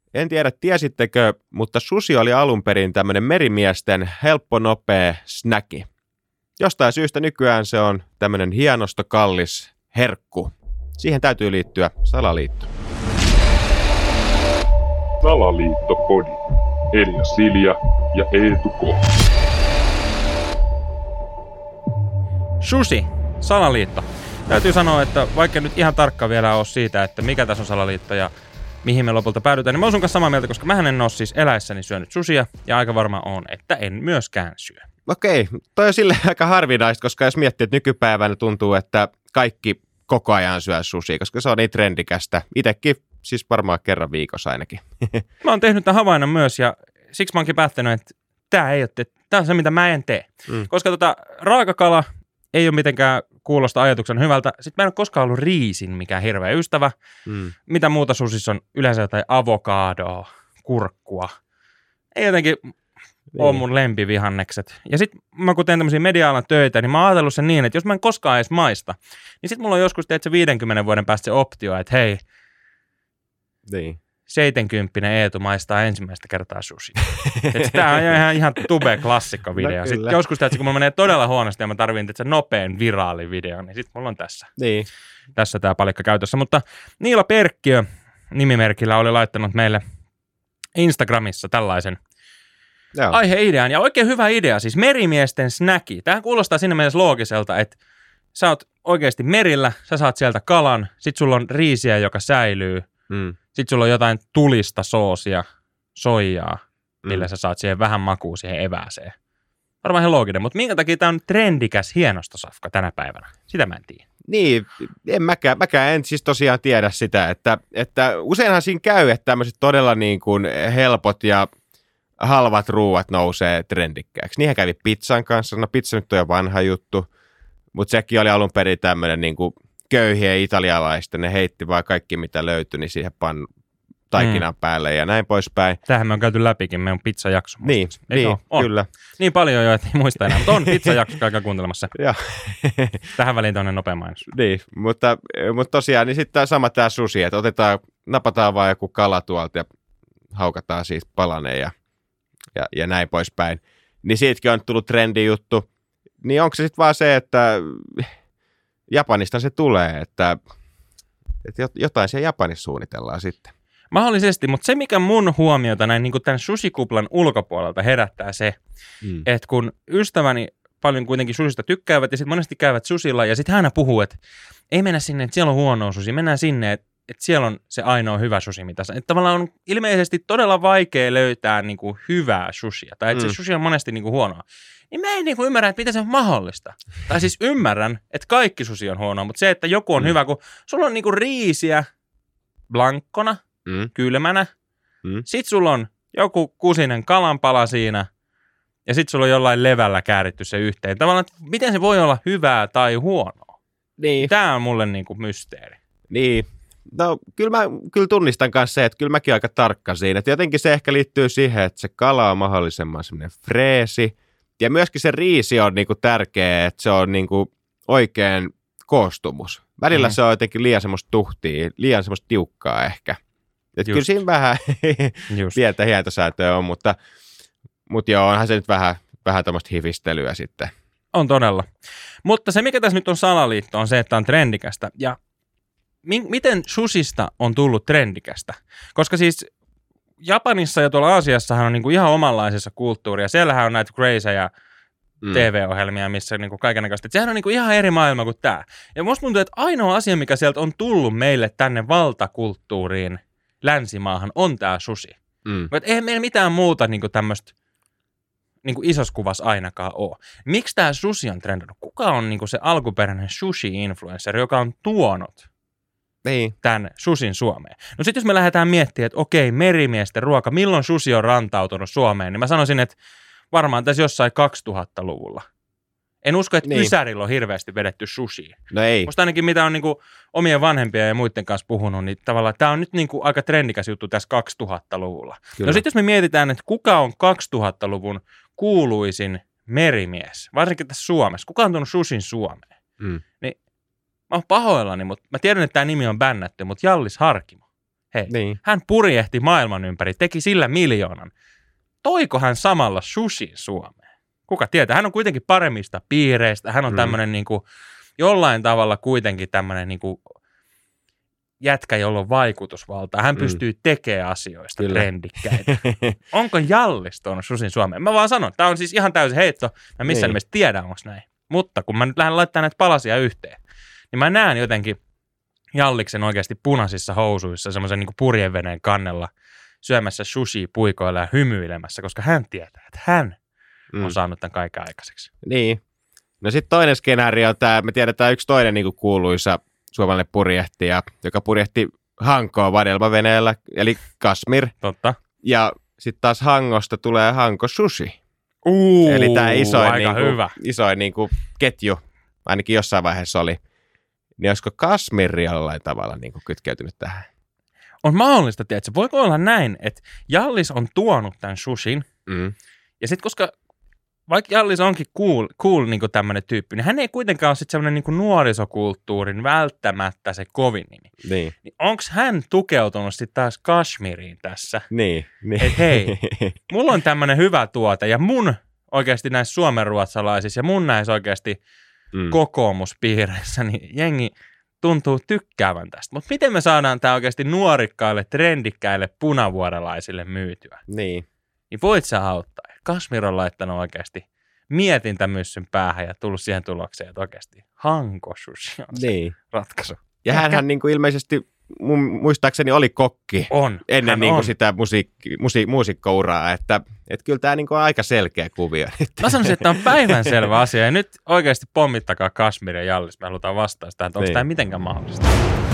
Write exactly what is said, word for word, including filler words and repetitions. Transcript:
En tiedä, tiesittekö, mutta sushi oli alun perin tämmöinen merimiesten helppo, nopea snäki. Jostain syystä nykyään se on tämmöinen hienosto, kallis herkku. Siihen täytyy liittyä salaliitto. Salaliittopodi. Elia Silja ja Eetu K. Sushi, salaliitto. Täytyy sanoa, että vaikka nyt ihan tarkka vielä ole siitä, että mikä tässä on salaliitto ja mihin me lopulta päädytään, niin mä oon sun kanssa samaa mieltä, koska mähän en ole siis eläessäni syönyt sushia ja aika varma on, että en myöskään syö. Okei, toi on silleen aika harvinaista, koska jos miettii, että nykypäivänä tuntuu, että kaikki koko ajan syö sushia, koska se on niin trendikästä. Itekin siis varmaan kerran viikossa ainakin. Mä oon tehnyt tämän havainnon myös ja siksi mä oonkin päättänyt, että tää ei ole, tää on se, mitä mä en tee. Mm. Koska tota raakakala ei ole mitenkään kuulosta ajatuksen hyvältä. Sitten mä en ole koskaan ollut riisin mikään hirveä ystävä. Mm. Mitä muuta susissa on? Yleensä jotain avokadoa, kurkkua. Ei jotenkin niin ole mun lempivihannekset. Ja sitten mä kun teen tämmöisiä media-alan töitä, niin mä oon ajatellut sen niin, että jos mä en koskaan edes maista, niin sitten mulla on joskus teet se viidenkymmenen vuoden päästä se optio, että hei, niin. seitsemänkymppinen Eetu maistaa ensimmäistä kertaa sushi. Tämä on ihan, ihan tube-klassikko-video. No, sitten joskus teet, kun mulla menee todella huonosti ja mä tarvitsen se nopean viraalivideo, niin sitten mulla on tässä. Niin. Tässä tämä palikka käytössä. Mutta Niila Perkkiö nimimerkillä oli laittanut meille Instagramissa tällaisen Joo. aiheidean. Ja oikein hyvä idea, siis merimiesten snäki. Tämähän kuulostaa siinä mielessä loogiselta, että sä oot oikeasti merillä, sä saat sieltä kalan, sit sulla on riisiä, joka säilyy. Mm. Sitten sulla on jotain tulista soosia, soijaa, millä mm. sä saat siihen vähän makua siihen evääseen. Varmaan ihan looginen, mutta minkä takia tämä on trendikäs hienostosafka tänä päivänä? Sitä mä en tiedä. Niin, en mäkään, mäkään en siis tosiaan tiedä sitä, että, että useinhan siinä käy, että tämmöiset todella niin kuin helpot ja halvat ruuat nousee trendikkääksi. Niinhän kävi pizzan kanssa, no pizza nyt on jo vanha juttu, mutta sekin oli alun perin tämmöinen niin kuin köyhiä italialaista, ne heitti vaan kaikki mitä löytyi, niin siihen pan taikinan mm. päälle ja näin poispäin. Tämähän me on käyty läpikin, me on pizzajakso. Niin, niin kyllä. Niin paljon jo, että ei muista enää, mutta on pizzajakso, käykää kuuntelemassa. Tähän väliin toinen nopea mainos. Niin, mutta, mutta tosiaan, niin sitten sama tämä sushi, että otetaan, napataan vaan joku kala tuolta ja haukataan siitä palaneen ja, ja, ja näin poispäin. Niin siitäkin on tullut trendi juttu. Niin onko se sitten vaan se, että Japanista se tulee, että, että jotain siellä Japanissa suunnitellaan sitten. Mahdollisesti, mutta se mikä mun huomiota näin niin kuin tämän sushikuplan ulkopuolelta herättää se, mm. että kun ystäväni paljon kuitenkin sushista tykkäävät ja sitten monesti käyvät sushilla ja sitten hän aina puhuu, että ei mennä sinne, että siellä on huonoa sushi, mennään sinne, että, että siellä on se ainoa hyvä sushi, mitä sä. Että tavallaan on ilmeisesti todella vaikea löytää niin kuin hyvää sushia tai että mm. se sushi on monesti niin kuin huonoa. Niin mä en niin kuin ymmärrä, että miten se on mahdollista. Tai siis ymmärrän, että kaikki sushi on huonoa, mutta se, että joku on mm. hyvä, kun sulla on niin kuin riisiä blankkona, mm. kylmänä, mm. sit sulla on joku kusinen kalanpala siinä, ja sit sulla on jollain levällä kääritty se yhteen. Tavallaan, että miten se voi olla hyvää tai huonoa? Niin. Tää on mulle niin kuin mysteeri. Niin. No kyllä mä kyllä tunnistan kanssa se, että kyllä mäkin aika tarkka siinä. Että jotenkin se ehkä liittyy siihen, että se kala on mahdollisimman semmoinen freesi. Ja myöskin se riisi on niinku tärkeä, että se on niinku oikein koostumus. Välillä mm. se on jotenkin liian semmoista tuhtia, liian semmoista tiukkaa ehkä. Että kyllä siinä vähän pientä hientosääntöä on, mutta, mutta joo, onhan se nyt vähän, vähän tämmöistä hifistelyä sitten. On todella. Mutta se, mikä tässä nyt on salaliitto, on se, että on trendikästä. Ja mi- miten sushista on tullut trendikästä? Koska siis Japanissa ja tuolla Aasiassahan on niinku ihan omanlaisessa kulttuuria. Siellähän on näitä crazyjä mm. T V-ohjelmia, missä niinku kaikennäköistä. Sehän on niinku ihan eri maailma kuin tämä. Ja musta tuntuu, että ainoa asia, mikä sieltä on tullut meille tänne valtakulttuuriin, länsimaahan, on tämä sushi. Mm. Mutta eihän meillä mitään muuta niinku tämmöistä niinku isossa kuvassa ainakaan ole. Miksi tämä sushi on trendannut? Kuka on niinku se alkuperäinen sushi-influencer, joka on tuonut niin tämän sushin Suomeen? No sitten jos me lähdetään miettimään, että okei, merimiesten ruoka, milloin sushi on rantautunut Suomeen, niin mä sanoisin, että varmaan tässä jossain kaksituhattaluvulla. En usko, että niin. Ysärillä on hirveästi vedetty sushia. No ei. Musta ainakin mitä on niinku omien vanhempien ja muiden kanssa puhunut, niin tavallaan tämä on nyt niinku aika trendikäs juttu tässä kaksituhattaluvulla. Kyllä. No sitten jos me mietitään, että kuka on kaksituhattaluvun kuuluisin merimies, varsinkin tässä Suomessa, kuka on tuonut sushin Suomeen, mm. niin mä oon pahoillani, mutta mä tiedän, että tämä nimi on bännätty, mutta Jallis Harkimo. Hei, Niin. hän purjehti maailman ympäri, teki sillä miljoonan. Toiko hän samalla sushin Suomeen? Kuka tietää? Hän on kuitenkin paremmista piireistä. Hän on mm. tämmöinen niin kuin, jollain tavalla kuitenkin tämmöinen niin kuin, jätkä, jolla on vaikutusvaltaa. Hän mm. pystyy tekemään asioista Kyllä. trendikkäitä. Onko Jallis tuonut sushin Suomeen? Mä vaan sanon, tämä on siis ihan täysin heitto. Mä missään niin. nimessä tiedän, onko näin. Mutta kun mä nyt lähden laittamaan näitä palasia yhteen, niin mä näen jotenkin Jalliksen oikeasti punaisissa housuissa semmoisen niin kuin purjeveneen kannella syömässä sushi puikoilla ja hymyilemässä, koska hän tietää, että hän mm. on saanut tämän kaiken aikaiseksi. Niin. No sitten toinen skenaario on tämä, me tiedetään yksi toinen niin kuin kuuluisa suomalainen purjehtija, joka purjehti Hankoon vadelmaveneellä, eli Kashmir. Totta. Ja sitten taas Hangosta tulee Hanko Sushi. Uu, eli tämä isoin, aika niin kuin, hyvä. isoin niin kuin ketju, ainakin jossain vaiheessa oli. Niin olisiko Kashmir jollain tavalla niin kuin kytkeytynyt tähän? On mahdollista, tiedätkö? Voiko olla näin, että Jallis on tuonut tämän sushin, mm. ja sitten koska vaikka Jallis onkin cool, cool niin kuin tämmöinen tyyppi, niin hän ei kuitenkaan ole sitten semmoinen niin kuin nuorisokulttuurin välttämättä se kovin nimi. Niin. niin onko hän tukeutunut sitten taas Kashmiriin tässä? Niin. niin. Että hei, mulla on tämmöinen hyvä tuote ja mun oikeasti näissä suomenruotsalaisissa ja mun näissä oikeasti mm. kokoomuspiireissä, niin jengi tuntuu tykkäävän tästä. Mutta miten me saadaan tämä oikeasti nuorikkaille, trendikkäille punavuorelaisille myytyä? Niin. Niin voit sä auttaa. Kashmir on laittanut oikeasti mietintämyssyn päähän ja tullut siihen tulokseen, että oikeasti Hanko Sushi on niin. se ratkaisu. Ja Ehkä... hänhän niin kuin ilmeisesti, mun muistaakseni oli kokki on. ennen niin kuin on. sitä musiikki, musi, muusikkouraa, että, että kyllä tämä niin kuin on aika selkeä kuvio. Mä sanoisin, että tämä on päivänselvä asia ja nyt oikeasti pommittakaa Kashmir ja Jallis. Me halutaan vastaa sitä, että onko niin. tämä mitenkään mahdollista.